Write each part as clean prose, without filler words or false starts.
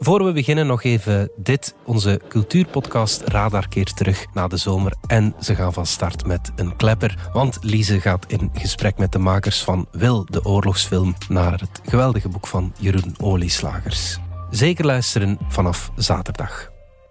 Voor we beginnen nog even dit. Onze cultuurpodcast Radar keert terug na de zomer. En ze gaan van start met een klepper. Want Lise gaat in gesprek met de makers van Wil, de oorlogsfilm, naar het geweldige boek van Jeroen Olieslagers. Zeker luisteren vanaf zaterdag.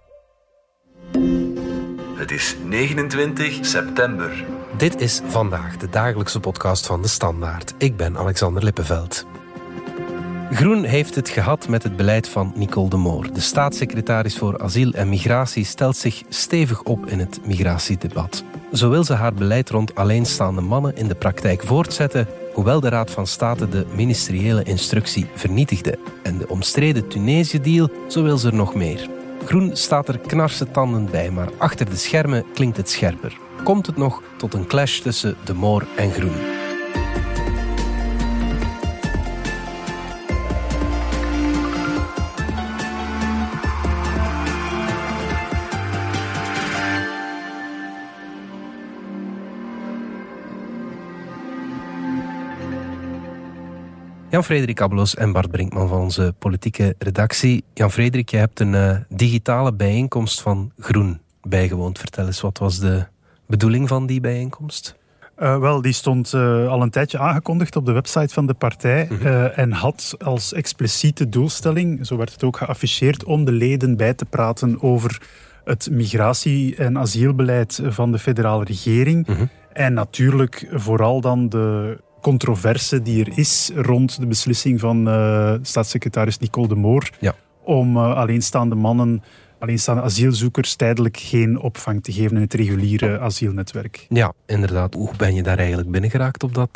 Het is 29 september. Dit is Vandaag, de dagelijkse podcast van De Standaard. Ik ben Alexander Lippenveld. Groen heeft het gehad met het beleid van Nicole Demore. De staatssecretaris voor asiel en migratie stelt zich stevig op in het migratiedebat. Zo wil ze haar beleid rond alleenstaande mannen in de praktijk voortzetten, hoewel de Raad van State de ministeriële instructie vernietigde. En de omstreden Tunesië-deal, zo wil ze er nog meer. Groen staat er knarsetanden bij, maar achter de schermen klinkt het scherper. Komt het nog tot een clash tussen Demore en Groen? Jan-Frederik Abeloos en Bart Brinkman van onze politieke redactie. Jan-Frederik, je hebt een digitale bijeenkomst van Groen bijgewoond. Vertel eens, wat was de bedoeling van die bijeenkomst? Wel, die stond al een tijdje aangekondigd op de website van de partij en had als expliciete doelstelling, zo werd het ook geafficheerd, om de leden bij te praten over het migratie- en asielbeleid van de federale regering. En natuurlijk vooral dan de controverse die er is rond de beslissing van staatssecretaris Nicole Demore om alleenstaande asielzoekers tijdelijk geen opvang te geven in het reguliere asielnetwerk. Ja, inderdaad. Hoe ben je daar eigenlijk binnengeraakt op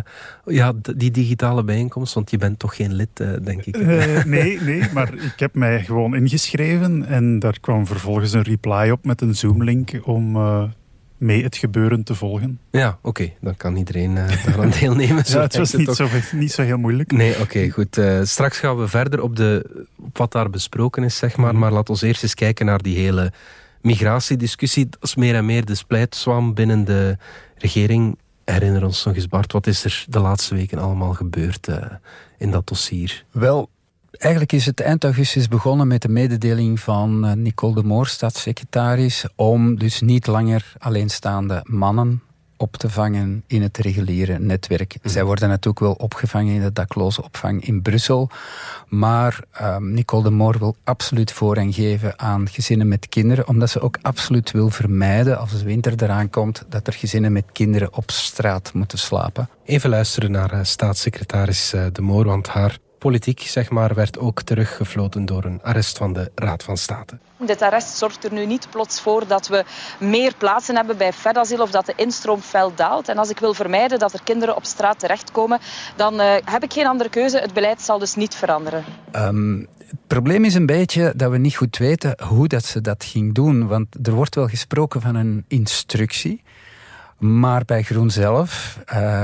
die digitale bijeenkomst? Want je bent toch geen lid, denk ik. Nee, maar ik heb mij gewoon ingeschreven en daar kwam vervolgens een reply op met een Zoom-link om mee het gebeuren te volgen. Ja, oké. Dan kan iedereen daaraan deelnemen. Ja, het was niet zo heel moeilijk. Nee, oké, goed. Straks gaan we verder op wat daar besproken is, zeg maar. Maar laten we eerst eens kijken naar die hele migratiediscussie. Dat is meer en meer de splijtswam binnen de regering. Herinner ons nog eens, Bart, wat is er de laatste weken allemaal gebeurd in dat dossier? Wel, eigenlijk is het eind augustus begonnen met de mededeling van Nicole Demore, staatssecretaris, om dus niet langer alleenstaande mannen op te vangen in het reguliere netwerk. Zij worden natuurlijk wel opgevangen in de dakloze opvang in Brussel, maar Nicole Demore wil absoluut voorrang geven aan gezinnen met kinderen, omdat ze ook absoluut wil vermijden, als de winter eraan komt, dat er gezinnen met kinderen op straat moeten slapen. Even luisteren naar staatssecretaris Demore, want haar politiek, zeg maar, werd ook teruggefloten door een arrest van de Raad van State. Dit arrest zorgt er nu niet plots voor dat we meer plaatsen hebben bij FED-asiel of dat de instroom fel daalt. En als ik wil vermijden dat er kinderen op straat terechtkomen, dan heb ik geen andere keuze. Het beleid zal dus niet veranderen. Het probleem is een beetje dat we niet goed weten hoe dat ze dat ging doen. Want er wordt wel gesproken van een instructie, maar bij Groen zelf,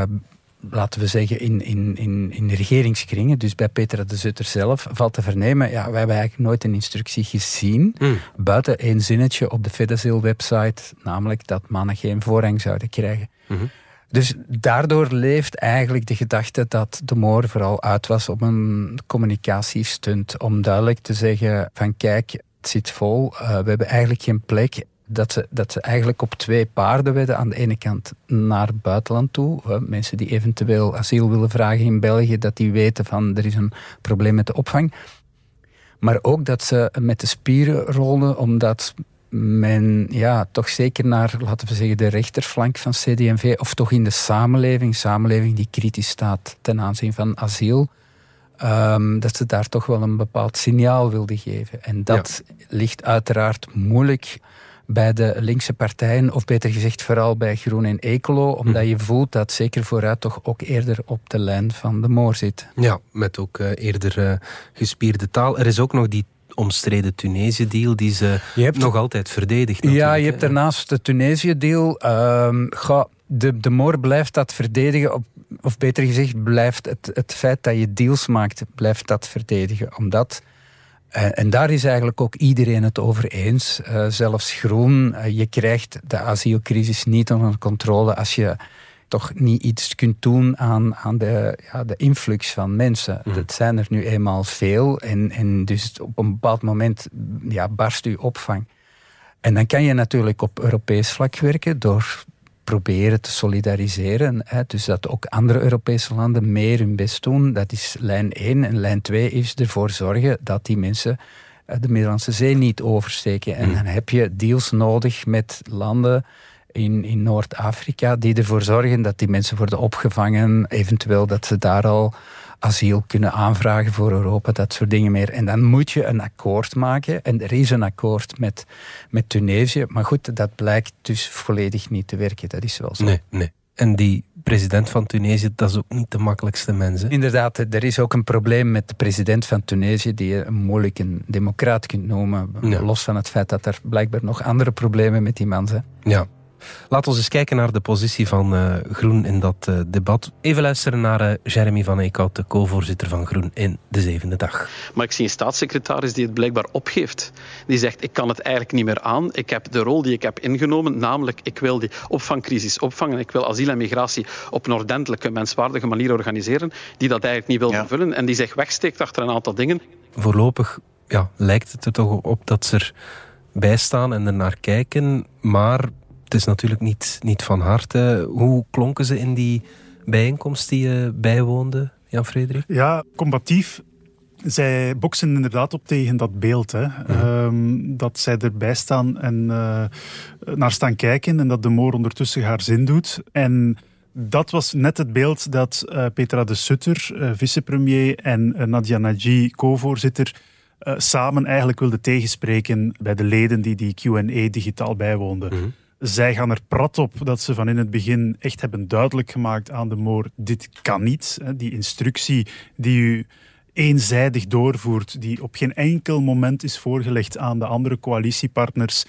laten we zeggen in regeringskringen, dus bij Petra de Zutter zelf, valt te vernemen, wij hebben eigenlijk nooit een instructie gezien, buiten één zinnetje op de FED-asiel-website, namelijk dat mannen geen voorrang zouden krijgen. Dus daardoor leeft eigenlijk de gedachte dat Demore vooral uit was op een communicatiestunt, om duidelijk te zeggen van kijk, het zit vol, we hebben eigenlijk geen plek. Dat ze eigenlijk op twee paarden wedden. Aan de ene kant naar het buitenland toe. Mensen die eventueel asiel willen vragen in België, dat die weten van er is een probleem met de opvang. Maar ook dat ze met de spieren rolden, omdat men toch zeker naar, laten we zeggen, de rechterflank van CD&V, of toch in de samenleving die kritisch staat ten aanzien van asiel, dat ze daar toch wel een bepaald signaal wilden geven. En dat ligt uiteraard moeilijk bij de linkse partijen, of beter gezegd vooral bij Groen en Ecolo, omdat je voelt dat zeker vooruit toch ook eerder op de lijn van Demore zit. Ja, met ook eerder gespierde taal. Er is ook nog die omstreden Tunesië-deal die ze nog altijd verdedigt. Ja, je hebt daarnaast de Tunesië-deal. Demore blijft dat verdedigen, of beter gezegd, blijft het feit dat je deals maakt, blijft dat verdedigen. Omdat En daar is eigenlijk ook iedereen het over eens. Zelfs Groen, je krijgt de asielcrisis niet onder controle als je toch niet iets kunt doen aan de influx van mensen. Dat zijn er nu eenmaal veel en dus op een bepaald moment barst uw opvang. En dan kan je natuurlijk op Europees vlak werken door proberen te solidariseren. Dus dat ook andere Europese landen meer hun best doen. Dat is lijn 1. En lijn 2 is ervoor zorgen dat die mensen de Middellandse Zee niet oversteken. En dan heb je deals nodig met landen in Noord-Afrika die ervoor zorgen dat die mensen worden opgevangen. Eventueel dat ze daar al asiel kunnen aanvragen voor Europa, dat soort dingen meer. En dan moet je een akkoord maken. En er is een akkoord met Tunesië. Maar goed, dat blijkt dus volledig niet te werken. Dat is wel zo. Nee. En die president van Tunesië, dat is ook niet de makkelijkste mens. Hè? Inderdaad, er is ook een probleem met de president van Tunesië, die je moeilijk een democraat kunt noemen. Ja. Los van het feit dat er blijkbaar nog andere problemen met die man zijn. Ja. Laten we eens kijken naar de positie van Groen in dat debat. Even luisteren naar Jeremy van Eekhout, de co-voorzitter van Groen in De Zevende Dag. Maar ik zie een staatssecretaris die het blijkbaar opgeeft. Die zegt, ik kan het eigenlijk niet meer aan. Ik heb de rol die ik heb ingenomen, namelijk ik wil die opvangcrisis opvangen. Ik wil asiel en migratie op een ordentelijke, menswaardige manier organiseren. Die dat eigenlijk niet wil vervullen en die zich wegsteekt achter een aantal dingen. Voorlopig lijkt het er toch op dat ze erbij staan en ernaar kijken, maar het is natuurlijk niet van harte. Hoe klonken ze in die bijeenkomst die je bijwoonde, Jan-Frederik? Ja, combatief. Zij boksen inderdaad op tegen dat beeld. Hè. Dat zij erbij staan en naar staan kijken en dat de Moor ondertussen haar zin doet. En dat was net het beeld dat Petra de Sutter, vicepremier, en Nadia Nagy, co-voorzitter, samen eigenlijk wilden tegenspreken bij de leden die Q&A digitaal bijwoonden. Zij gaan er prat op dat ze van in het begin echt hebben duidelijk gemaakt aan de Moor, dit kan niet. Die instructie die u eenzijdig doorvoert, die op geen enkel moment is voorgelegd aan de andere coalitiepartners,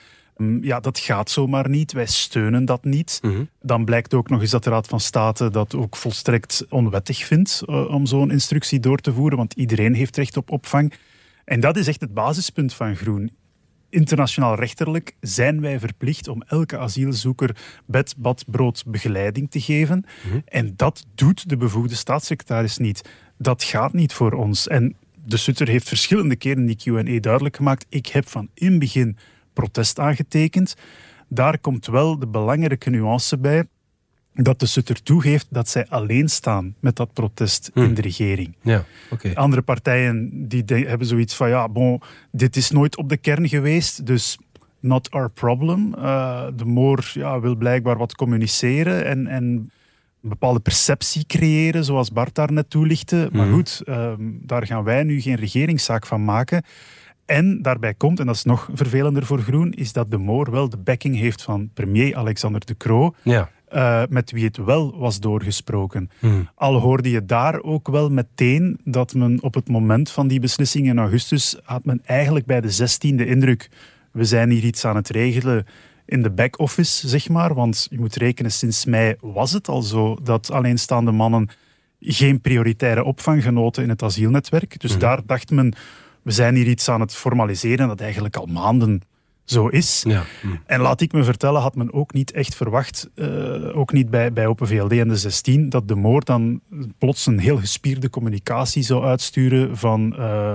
dat gaat zomaar niet. Wij steunen dat niet. Dan blijkt ook nog eens dat de Raad van State dat ook volstrekt onwettig vindt om zo'n instructie door te voeren, want iedereen heeft recht op opvang. En dat is echt het basispunt van Groen. Internationaal rechterlijk zijn wij verplicht om elke asielzoeker bed, bad, brood, begeleiding te geven. En dat doet de bevoegde staatssecretaris niet. Dat gaat niet voor ons. En de Sutter heeft verschillende keren in die Q&A duidelijk gemaakt, ik heb van in het begin protest aangetekend. Daar komt wel de belangrijke nuance bij, dat de Sutter toegeeft dat zij alleen staan met dat protest in de regering. Ja, okay. Andere partijen die hebben zoiets van, dit is nooit op de kern geweest, dus not our problem. De Moor wil blijkbaar wat communiceren en een bepaalde perceptie creëren, zoals Bart daar net toelichtte. Maar goed, daar gaan wij nu geen regeringszaak van maken. En daarbij komt, en dat is nog vervelender voor Groen, is dat de Moor wel de backing heeft van premier Alexander De Croo, met wie het wel was doorgesproken. Al hoorde je daar ook wel meteen dat men op het moment van die beslissing in augustus had men eigenlijk bij de 16e indruk, we zijn hier iets aan het regelen in de back-office, zeg maar. Want je moet rekenen, sinds mei was het al zo dat alleenstaande mannen geen prioritaire opvang genoten in het asielnetwerk. Dus daar dacht men, we zijn hier iets aan het formaliseren dat eigenlijk al maanden zo is. Ja. En laat ik me vertellen, had men ook niet echt verwacht, ook niet bij Open VLD en de 16, dat de Moor dan plots een heel gespierde communicatie zou uitsturen van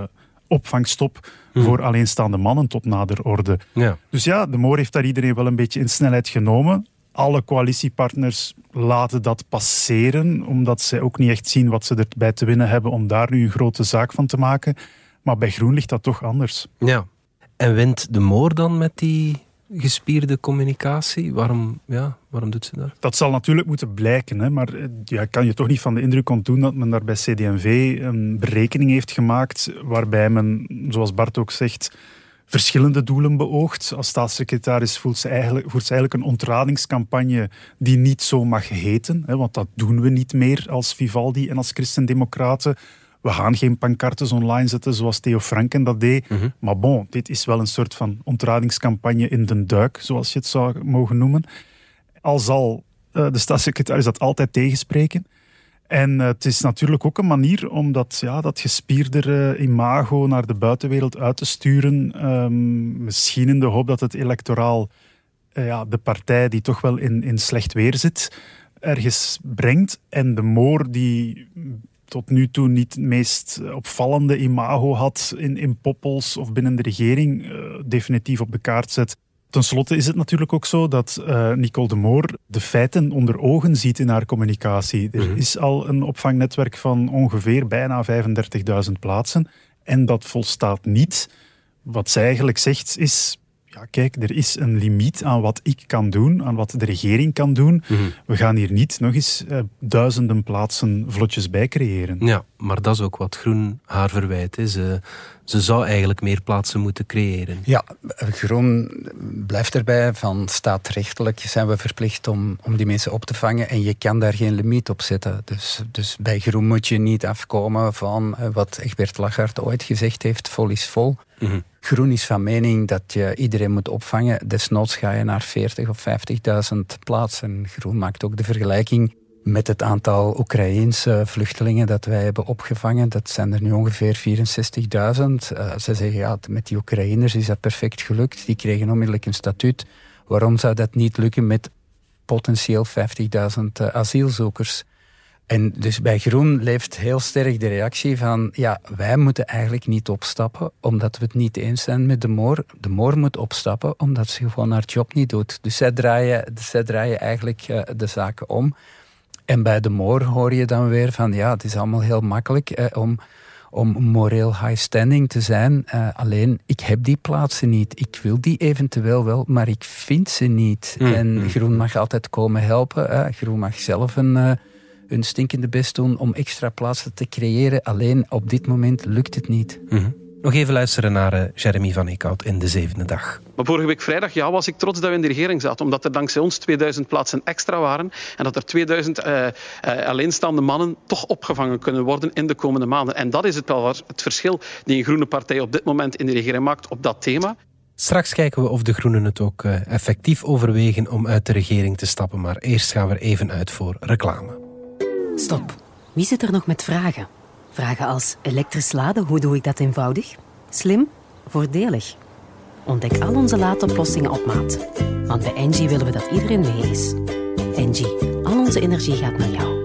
opvangstop voor alleenstaande mannen tot nader orde. Ja. Dus ja, de Moor heeft daar iedereen wel een beetje in snelheid genomen. Alle coalitiepartners laten dat passeren, omdat zij ook niet echt zien wat ze erbij te winnen hebben om daar nu een grote zaak van te maken. Maar bij Groen ligt dat toch anders. Ja. En wint de Moor dan met die gespierde communicatie? Waarom doet ze dat? Dat zal natuurlijk moeten blijken. Hè? Maar kan je toch niet van de indruk ontdoen dat men daar bij CD&V een berekening heeft gemaakt waarbij men, zoals Bart ook zegt, verschillende doelen beoogt. Als staatssecretaris voert ze eigenlijk een ontradingscampagne die niet zo mag heten. Hè? Want dat doen we niet meer als Vivaldi en als Christen-Democraten. We gaan geen pancartes online zetten zoals Theo Franken dat deed. Maar bon, dit is wel een soort van ontradingscampagne in den duik, zoals je het zou mogen noemen. Al zal de staatssecretaris dat altijd tegenspreken. En het is natuurlijk ook een manier om dat gespierdere imago naar de buitenwereld uit te sturen. Misschien in de hoop dat het electoraal de partij die toch wel in slecht weer zit, ergens brengt. En de Moor, die tot nu toe niet het meest opvallende imago had in Poppels of binnen de regering, definitief op de kaart zet. Ten slotte is het natuurlijk ook zo dat Nicole de Moor de feiten onder ogen ziet in haar communicatie. Er is al een opvangnetwerk van ongeveer bijna 35.000 plaatsen en dat volstaat niet. Wat zij eigenlijk zegt is, ja kijk, er is een limiet aan wat ik kan doen, aan wat de regering kan doen. We gaan hier niet nog eens duizenden plaatsen vlotjes bij creëren. Ja, maar dat is ook wat Groen haar verwijt. Ze zou eigenlijk meer plaatsen moeten creëren. Ja, Groen blijft erbij van staatsrechtelijk zijn we verplicht om die mensen op te vangen en je kan daar geen limiet op zetten. Dus bij Groen moet je niet afkomen van wat Egbert Lachaert ooit gezegd heeft, vol is vol. Groen is van mening dat je iedereen moet opvangen. Desnoods ga je naar 40 of 50.000 plaatsen. Groen maakt ook de vergelijking met het aantal Oekraïense vluchtelingen dat wij hebben opgevangen. Dat zijn er nu ongeveer 64.000. Ze zeggen, ja, met die Oekraïners is dat perfect gelukt. Die kregen onmiddellijk een statuut. Waarom zou dat niet lukken met potentieel 50.000 asielzoekers? En dus bij Groen leeft heel sterk de reactie van, ja, wij moeten eigenlijk niet opstappen omdat we het niet eens zijn met de Moor. De Moor moet opstappen omdat ze gewoon haar job niet doet. Dus zij draaien eigenlijk de zaken om. En bij de Moor hoor je dan weer van, ja, het is allemaal heel makkelijk om moreel high standing te zijn. Alleen, ik heb die plaatsen niet. Ik wil die eventueel wel, maar ik vind ze niet. En Groen mag altijd komen helpen. Groen mag zelf een stinkende best doen om extra plaatsen te creëren. Alleen op dit moment lukt het niet. Nog even luisteren naar Jeremy van Eekhout in De Zevende Dag. Maar vorige week vrijdag was ik trots dat we in de regering zaten, omdat er dankzij ons 2000 plaatsen extra waren en dat er 2000 alleenstaande mannen toch opgevangen kunnen worden in de komende maanden. En dat is het verschil die een groene partij op dit moment in de regering maakt op dat thema. Straks kijken we of de Groenen het ook effectief overwegen om uit de regering te stappen. Maar eerst gaan we er even uit voor reclame. Stop. Wie zit er nog met vragen? Vragen als elektrisch laden, hoe doe ik dat eenvoudig? Slim? Voordelig? Ontdek al onze laadoplossingen op maat. Want bij Engie willen we dat iedereen mee is. Engie, al onze energie gaat naar jou.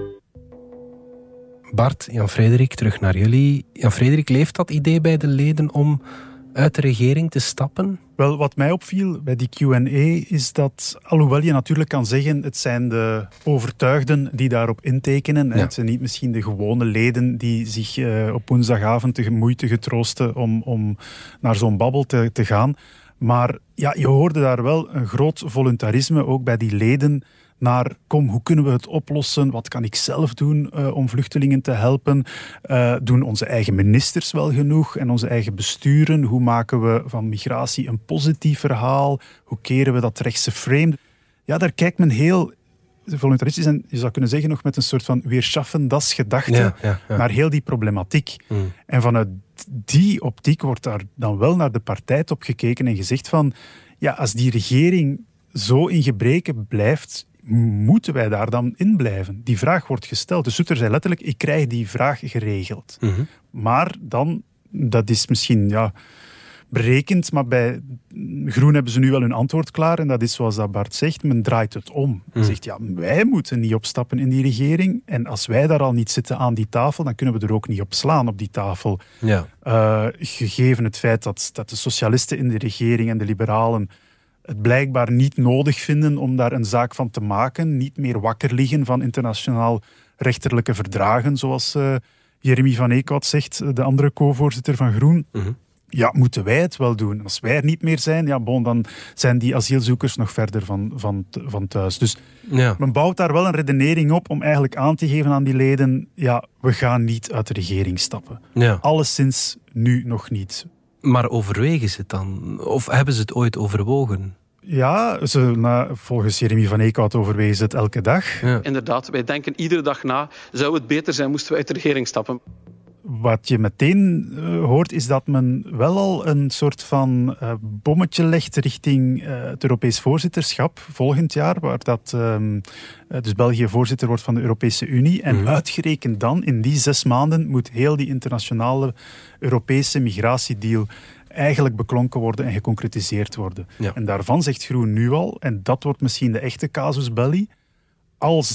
Bart, Jan-Frederik, terug naar jullie. Jan-Frederik, leeft dat idee bij de leden om uit de regering te stappen? Wel, wat mij opviel bij die Q&A is dat, alhoewel je natuurlijk kan zeggen, het zijn de overtuigden die daarop intekenen. Ja. Het zijn niet misschien de gewone leden die zich op woensdagavond de moeite getroosten om naar zo'n babbel te gaan. Maar ja, je hoorde daar wel een groot voluntarisme, ook bij die leden, naar, kom, hoe kunnen we het oplossen? Wat kan ik zelf doen om vluchtelingen te helpen? Doen onze eigen ministers wel genoeg en onze eigen besturen? Hoe maken we van migratie een positief verhaal? Hoe keren we dat rechtse frame? Ja, daar kijkt men heel voluntaristisch en je zou kunnen zeggen nog met een soort van weerschaffen-das-gedachte naar heel die problematiek. En vanuit die optiek wordt daar dan wel naar de partijtop gekeken en gezegd van, ja, als die regering zo in gebreken blijft, moeten wij daar dan in blijven? Die vraag wordt gesteld. De Soeter zei letterlijk, ik krijg die vraag geregeld. Maar dan, dat is misschien berekend, maar bij Groen hebben ze nu wel hun antwoord klaar en dat is zoals dat Bart zegt, men draait het om. Men zegt, ja, wij moeten niet opstappen in die regering en als wij daar al niet zitten aan die tafel, dan kunnen we er ook niet op slaan op die tafel. Ja. Gegeven het feit dat de socialisten in de regering en de liberalen het blijkbaar niet nodig vinden om daar een zaak van te maken, niet meer wakker liggen van internationaal rechterlijke verdragen, zoals Jeremy van Eekhout zegt, de andere co-voorzitter van Groen. Ja, moeten wij het wel doen? Als wij er niet meer zijn, dan zijn die asielzoekers nog verder van thuis. Dus men bouwt daar wel een redenering op om eigenlijk aan te geven aan die leden, ja, we gaan niet uit de regering stappen. Ja. Alleszins nu nog niet. Maar overwegen ze het dan? Of hebben ze het ooit overwogen? Ja, volgens Jeremy van Eekhout overwegen ze het elke dag. Ja. Inderdaad, wij denken iedere dag na, zou het beter zijn moesten we uit de regering stappen? Wat je meteen hoort is dat men wel al een soort van bommetje legt richting het Europees voorzitterschap volgend jaar, waar dat dus België voorzitter wordt van de Europese Unie. En uitgerekend dan, in die 6 maanden, moet heel die internationale Europese migratiedeal eigenlijk beklonken worden en geconcretiseerd worden. Ja. En daarvan zegt Groen nu al, en dat wordt misschien de echte casus belli, als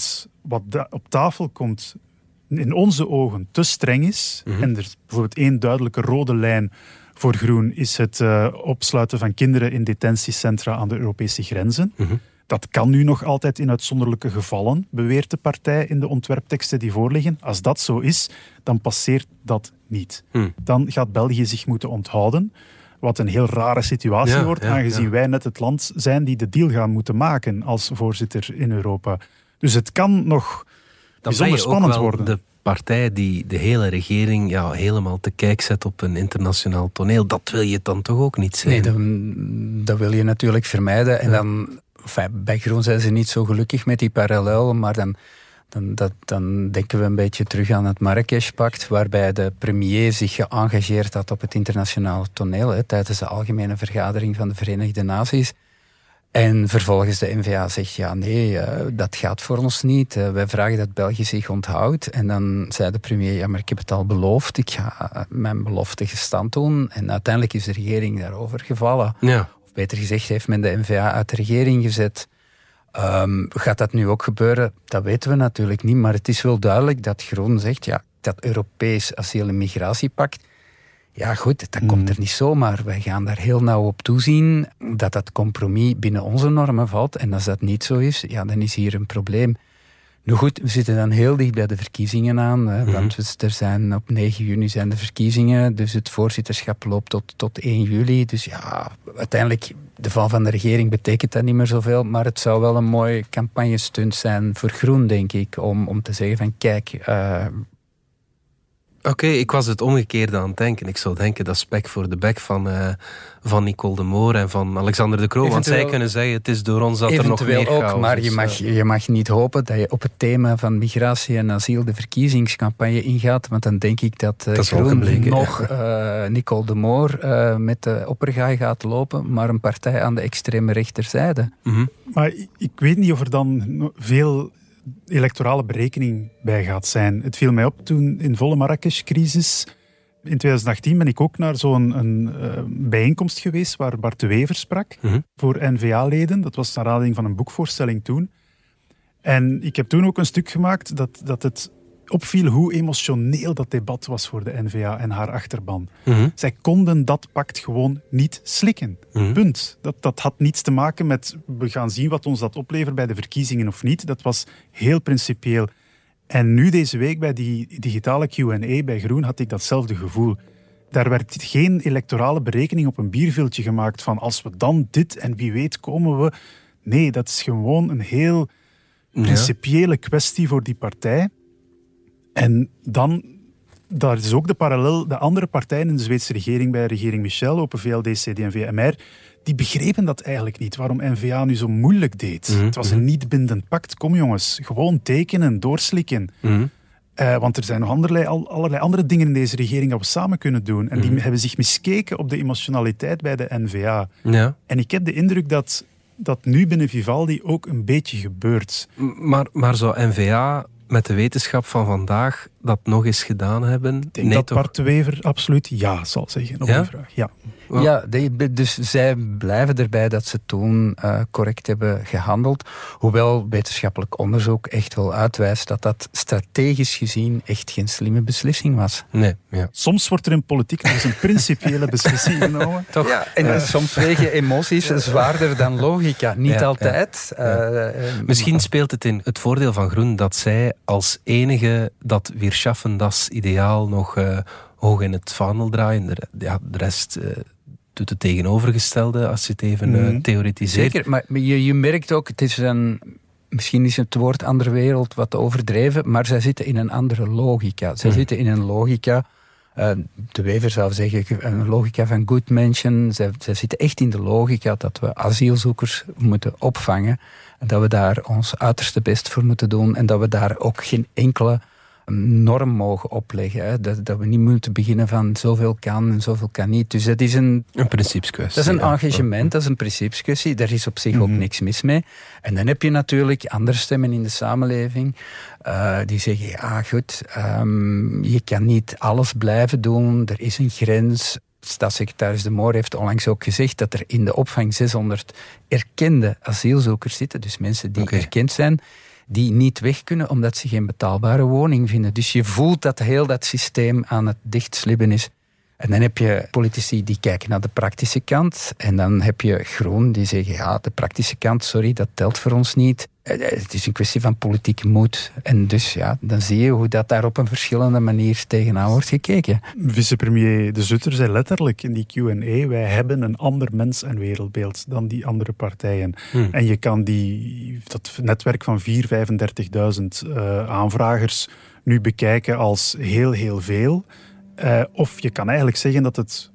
wat op tafel komt in onze ogen te streng is, en er is bijvoorbeeld één duidelijke rode lijn voor Groen, is het opsluiten van kinderen in detentiecentra aan de Europese grenzen. Dat kan nu nog altijd in uitzonderlijke gevallen, beweert de partij in de ontwerpteksten die voorliggen. Als dat zo is, dan passeert dat niet. Dan gaat België zich moeten onthouden, wat een heel rare situatie wordt, aangezien wij net het land zijn die de deal gaan moeten maken als voorzitter in Europa. Dus het kan nog bijzonder spannend worden. De partij die de hele regering helemaal te kijk zet op een internationaal toneel, dat wil je dan toch ook niet zijn? Nee, dat wil je natuurlijk vermijden. En dan, bij Groen zijn ze niet zo gelukkig met die parallel, maar dan denken we een beetje terug aan het Marrakesh-pact, waarbij de premier zich geëngageerd had op het internationale toneel tijdens de algemene vergadering van de Verenigde Naties. En vervolgens de N-VA zegt, dat gaat voor ons niet. Wij vragen dat België zich onthoudt. En dan zei de premier, maar ik heb het al beloofd. Ik ga mijn belofte gestand doen. En uiteindelijk is de regering daarover gevallen. Ja. Of beter gezegd, heeft men de N-VA uit de regering gezet. Gaat dat nu ook gebeuren? Dat weten we natuurlijk niet. Maar het is wel duidelijk dat Groen zegt, dat Europees asiel- en migratiepact, ja goed, dat komt er niet zomaar. Wij gaan daar heel nauw op toezien dat compromis binnen onze normen valt. En als dat niet zo is, dan is hier een probleem. Nu goed, we zitten dan heel dicht bij de verkiezingen aan. Want er zijn op 9 juni zijn de verkiezingen. Dus het voorzitterschap loopt tot 1 juli. Dus uiteindelijk, de val van de regering betekent dat niet meer zoveel. Maar het zou wel een mooie campagnestunt zijn voor Groen, denk ik. Om te zeggen van, kijk, Oké, ik was het omgekeerde aan het denken. Ik zou denken dat spek voor de bek van Nicole de Moor en van Alexander De Croo. Want zij kunnen zeggen, het is door ons dat er nog meer chaos is. Maar je mag niet hopen dat je op het thema van migratie en asiel de verkiezingscampagne ingaat. Want dan denk ik dat Groen nog Nicole de Moor met de oppergaai gaat lopen, maar een partij aan de extreme rechterzijde. Maar ik weet niet of er dan veel electorale berekening bij gaat zijn. Het viel mij op toen in volle Marrakesh-crisis. In 2018 ben ik ook naar zo'n bijeenkomst geweest waar Bart de Wever sprak voor N-VA-leden. Dat was naar aanleiding van een boekvoorstelling toen. En ik heb toen ook een stuk gemaakt dat het opviel hoe emotioneel dat debat was voor de N-VA en haar achterban. Zij konden dat pact gewoon niet slikken. Punt. Dat had niets te maken met we gaan zien wat ons dat oplevert bij de verkiezingen of niet. Dat was heel principieel. En nu deze week bij die digitale Q&A bij Groen had ik datzelfde gevoel. Daar werd geen electorale berekening op een bierviltje gemaakt van als we dan dit en wie weet komen we. Nee, dat is gewoon een heel principiële kwestie voor die partij. En dan, daar is ook de parallel, de andere partijen in de Zweedse regering, bij de regering Michel, Open VLD, CD&V, MR, die begrepen dat eigenlijk niet, waarom N-VA nu zo moeilijk deed. Het was een niet bindend pact. Kom jongens, gewoon tekenen, doorslikken. Want er zijn nog allerlei andere dingen in deze regering dat we samen kunnen doen. En die hebben zich miskeken op de emotionaliteit bij de N-VA. Ja. En ik heb de indruk dat nu binnen Vivaldi ook een beetje gebeurt. Maar zou N-VA met de wetenschap van vandaag dat nog eens gedaan hebben? Ik denk dat Bart de Wever absoluut ja zal zeggen op die vraag. Ja. Ja, dus zij blijven erbij dat ze toen correct hebben gehandeld. Hoewel wetenschappelijk onderzoek echt wel uitwijst dat strategisch gezien echt geen slimme beslissing was. Nee, ja. Soms wordt er in politiek nog eens een principiële beslissing genomen. Toch? Ja, en soms wegen emoties zwaarder dan logica. Niet altijd. Misschien speelt het in het voordeel van Groen dat zij als enige dat Wir schaffen das ideaal nog hoog in het vaandel draaien. De rest doet het tegenovergestelde, als je het even theoretiseert. Zeker, maar je merkt ook, het is misschien is het woord andere wereld wat overdreven, maar zij zitten in een andere logica. Zij zitten in een logica, de Wever zou zeggen, een logica van good menschen. Zij zitten echt in de logica dat we asielzoekers moeten opvangen. En dat we daar ons uiterste best voor moeten doen. En dat we daar ook geen enkele norm mogen opleggen. Hè. Dat we niet moeten beginnen van zoveel kan en zoveel kan niet. Dus dat is een principeskwestie. Dat is een engagement, dat is een principeskwestie. Daar is op zich ook niks mis mee. En dan heb je natuurlijk andere stemmen in de samenleving die zeggen, ja goed, je kan niet alles blijven doen. Er is een grens. Staatssecretaris De Moor heeft onlangs ook gezegd dat er in de opvang 600 erkende asielzoekers zitten. Dus mensen die erkend zijn. die niet weg kunnen omdat ze geen betaalbare woning vinden. Dus je voelt dat heel dat systeem aan het dichtslibben is. En dan heb je politici die kijken naar de praktische kant. En dan heb je Groen die zeggen, ja, de praktische kant, sorry, dat telt voor ons niet. Het is een kwestie van politieke moed. En dus ja, dan zie je hoe dat daar op een verschillende manier tegenaan wordt gekeken. Vicepremier De Sutter zei letterlijk in die Q&A, wij hebben een ander mens- en wereldbeeld dan die andere partijen. En je kan dat netwerk van 35.000 aanvragers nu bekijken als heel, heel veel. Of je kan eigenlijk zeggen dat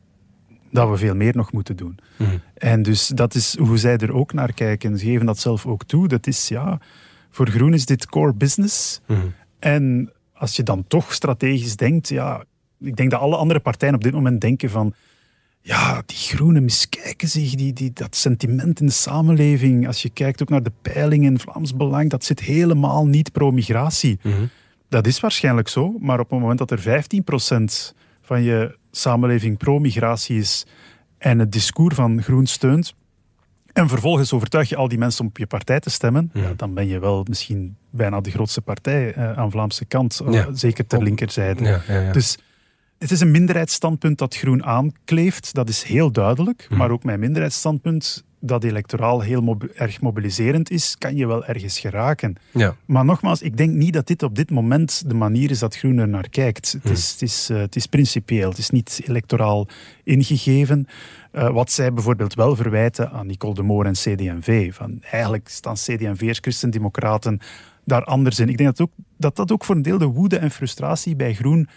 we veel meer nog moeten doen. En dus dat is hoe zij er ook naar kijken. Ze geven dat zelf ook toe. Dat is, voor Groen is dit core business. En als je dan toch strategisch denkt, ik denk dat alle andere partijen op dit moment denken van, ja, die Groenen miskijken zich, dat sentiment in de samenleving. Als je kijkt ook naar de peilingen, Vlaams Belang, dat zit helemaal niet pro-migratie. Dat is waarschijnlijk zo, maar op het moment dat er 15% van je samenleving pro-migratie is en het discours van Groen steunt, en vervolgens overtuig je al die mensen om op je partij te stemmen, dan ben je wel misschien bijna de grootste partij aan Vlaamse kant, zeker ter linkerzijde. Ja. Dus het is een minderheidsstandpunt dat Groen aankleeft, dat is heel duidelijk, maar ook mijn minderheidsstandpunt dat electoraal heel erg mobiliserend is, kan je wel ergens geraken. Ja. Maar nogmaals, ik denk niet dat dit op dit moment de manier is dat Groen er naar kijkt. Het is principieel, het is niet electoraal ingegeven. Wat zij bijvoorbeeld wel verwijten aan Nicole de Moor en CD&V. Van, eigenlijk staan CD&V'ers, Christen-Democraten daar anders in. Ik denk dat ook voor een deel de woede en frustratie bij Groen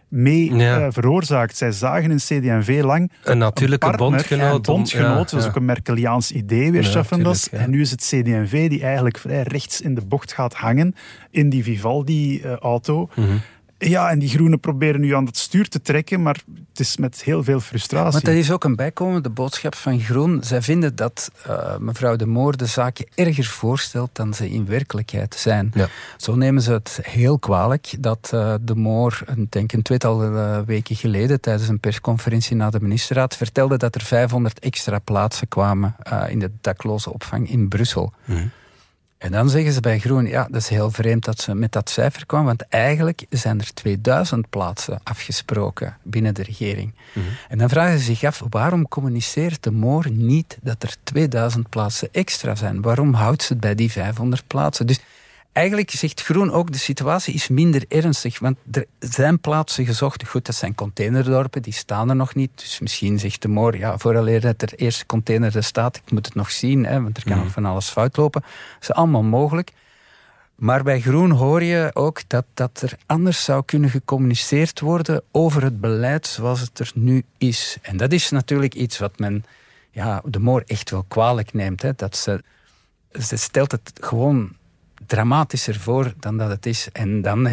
veroorzaakt. Zij zagen in CD&V lang een natuurlijke bondgenoot. Dat is ook een Merkeliaans idee, weer Schaffendas. En nu is het CD&V die eigenlijk vrij rechts in de bocht gaat hangen in die Vivaldi-auto. Ja, en die Groenen proberen nu aan het stuur te trekken, maar het is met heel veel frustratie. Maar dat is ook een bijkomende boodschap van Groen. Zij vinden dat mevrouw de Moor de zaken erger voorstelt dan ze in werkelijkheid zijn. Ja. Zo nemen ze het heel kwalijk dat de Moor, denk een tweetal weken geleden, tijdens een persconferentie na de ministerraad, vertelde dat er 500 extra plaatsen kwamen in de dakloze opvang in Brussel. En dan zeggen ze bij Groen, ja, dat is heel vreemd dat ze met dat cijfer kwamen, want eigenlijk zijn er 2000 plaatsen afgesproken binnen de regering. En dan vragen ze zich af, waarom communiceert de Moor niet dat er 2000 plaatsen extra zijn? Waarom houdt ze het bij die 500 plaatsen? Dus eigenlijk zegt Groen ook, de situatie is minder ernstig, want er zijn plaatsen gezocht. Goed, dat zijn containerdorpen, die staan er nog niet. Dus misschien zegt de Moor, ja, vooraleer dat er eerste container er staat, ik moet het nog zien, want er kan nog van alles fout lopen. Dat is allemaal mogelijk. Maar bij Groen hoor je ook dat er anders zou kunnen gecommuniceerd worden over het beleid zoals het er nu is. En dat is natuurlijk iets wat men de Moor echt wel kwalijk neemt. Dat ze stelt het gewoon dramatischer voor dan dat het is. En dan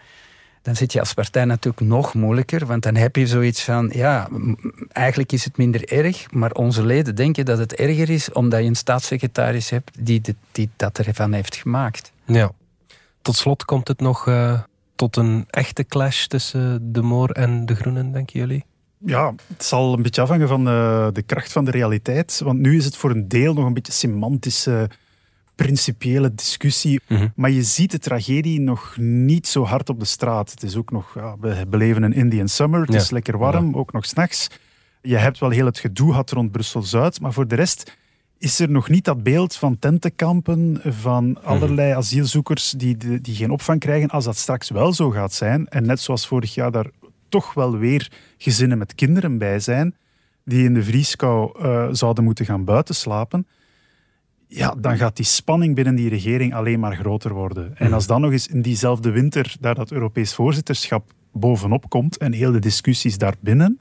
zit je als partij natuurlijk nog moeilijker, want dan heb je zoiets van, ja, eigenlijk is het minder erg, maar onze leden denken dat het erger is omdat je een staatssecretaris hebt die dat ervan heeft gemaakt. Ja. Tot slot komt het nog tot een echte clash tussen de Moor en de Groenen, denken jullie? Ja, het zal een beetje afhangen van de kracht van de realiteit, want nu is het voor een deel nog een beetje semantische principiële discussie. Maar je ziet de tragedie nog niet zo hard op de straat. Het is ook nog, we beleven een Indian summer, het is lekker warm, ook nog 's nachts. Je hebt wel heel het gedoe gehad rond Brussel-Zuid, maar voor de rest is er nog niet dat beeld van tentenkampen, van allerlei asielzoekers die geen opvang krijgen, als dat straks wel zo gaat zijn. En net zoals vorig jaar daar toch wel weer gezinnen met kinderen bij zijn, die in de vrieskou zouden moeten gaan buitenslapen. Ja, dan gaat die spanning binnen die regering alleen maar groter worden. En als dan nog eens in diezelfde winter daar dat Europees voorzitterschap bovenop komt en heel de discussies daarbinnen,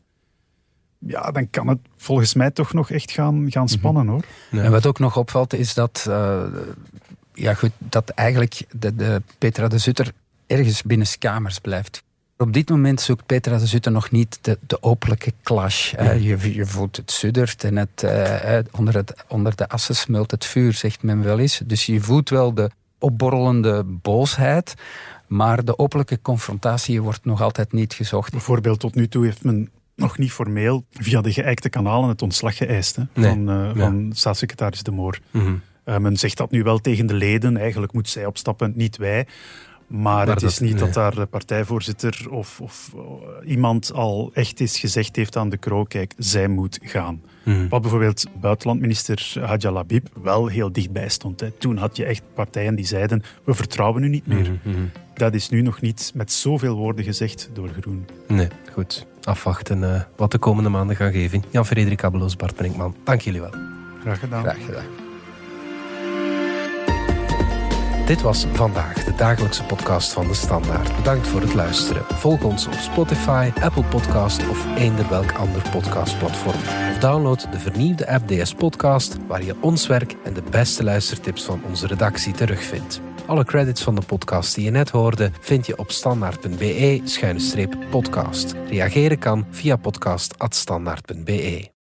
ja, dan kan het volgens mij toch nog echt gaan spannen, hoor. Ja. En wat ook nog opvalt is dat, dat eigenlijk de Petra de Sutter ergens binnenskamers blijft. Op dit moment zoekt Petra de Sutter nog niet de openlijke clash. Je voelt het suddert en onder de assen smelt het vuur, zegt men wel eens. Dus je voelt wel de opborrelende boosheid, maar de openlijke confrontatie wordt nog altijd niet gezocht. Bijvoorbeeld tot nu toe heeft men nog niet formeel via de geëikte kanalen het ontslag geëist van staatssecretaris De Moor. Men zegt dat nu wel tegen de leden. Eigenlijk moet zij opstappen, niet wij. Maar het is niet dat daar de partijvoorzitter of iemand al echt eens gezegd heeft aan De Croo, kijk, zij moet gaan. Wat bijvoorbeeld buitenlandminister Hadja Labib wel heel dichtbij stond. Hè. Toen had je echt partijen die zeiden, we vertrouwen u niet meer. Dat is nu nog niet met zoveel woorden gezegd door Groen. Nee, goed. Afwachten wat de komende maanden gaan geven. Jan-Frederik Abeloos, Bart Brinkman, dank jullie wel. Graag gedaan. Graag gedaan. Dit was Vandaag, de dagelijkse podcast van De Standaard. Bedankt voor het luisteren. Volg ons op Spotify, Apple Podcast of eender welk ander podcastplatform. Of download de vernieuwde app DS Podcast, waar je ons werk en de beste luistertips van onze redactie terugvindt. Alle credits van de podcast die je net hoorde vind je op standaard.be/podcast. Reageren kan via podcast@standaard.be.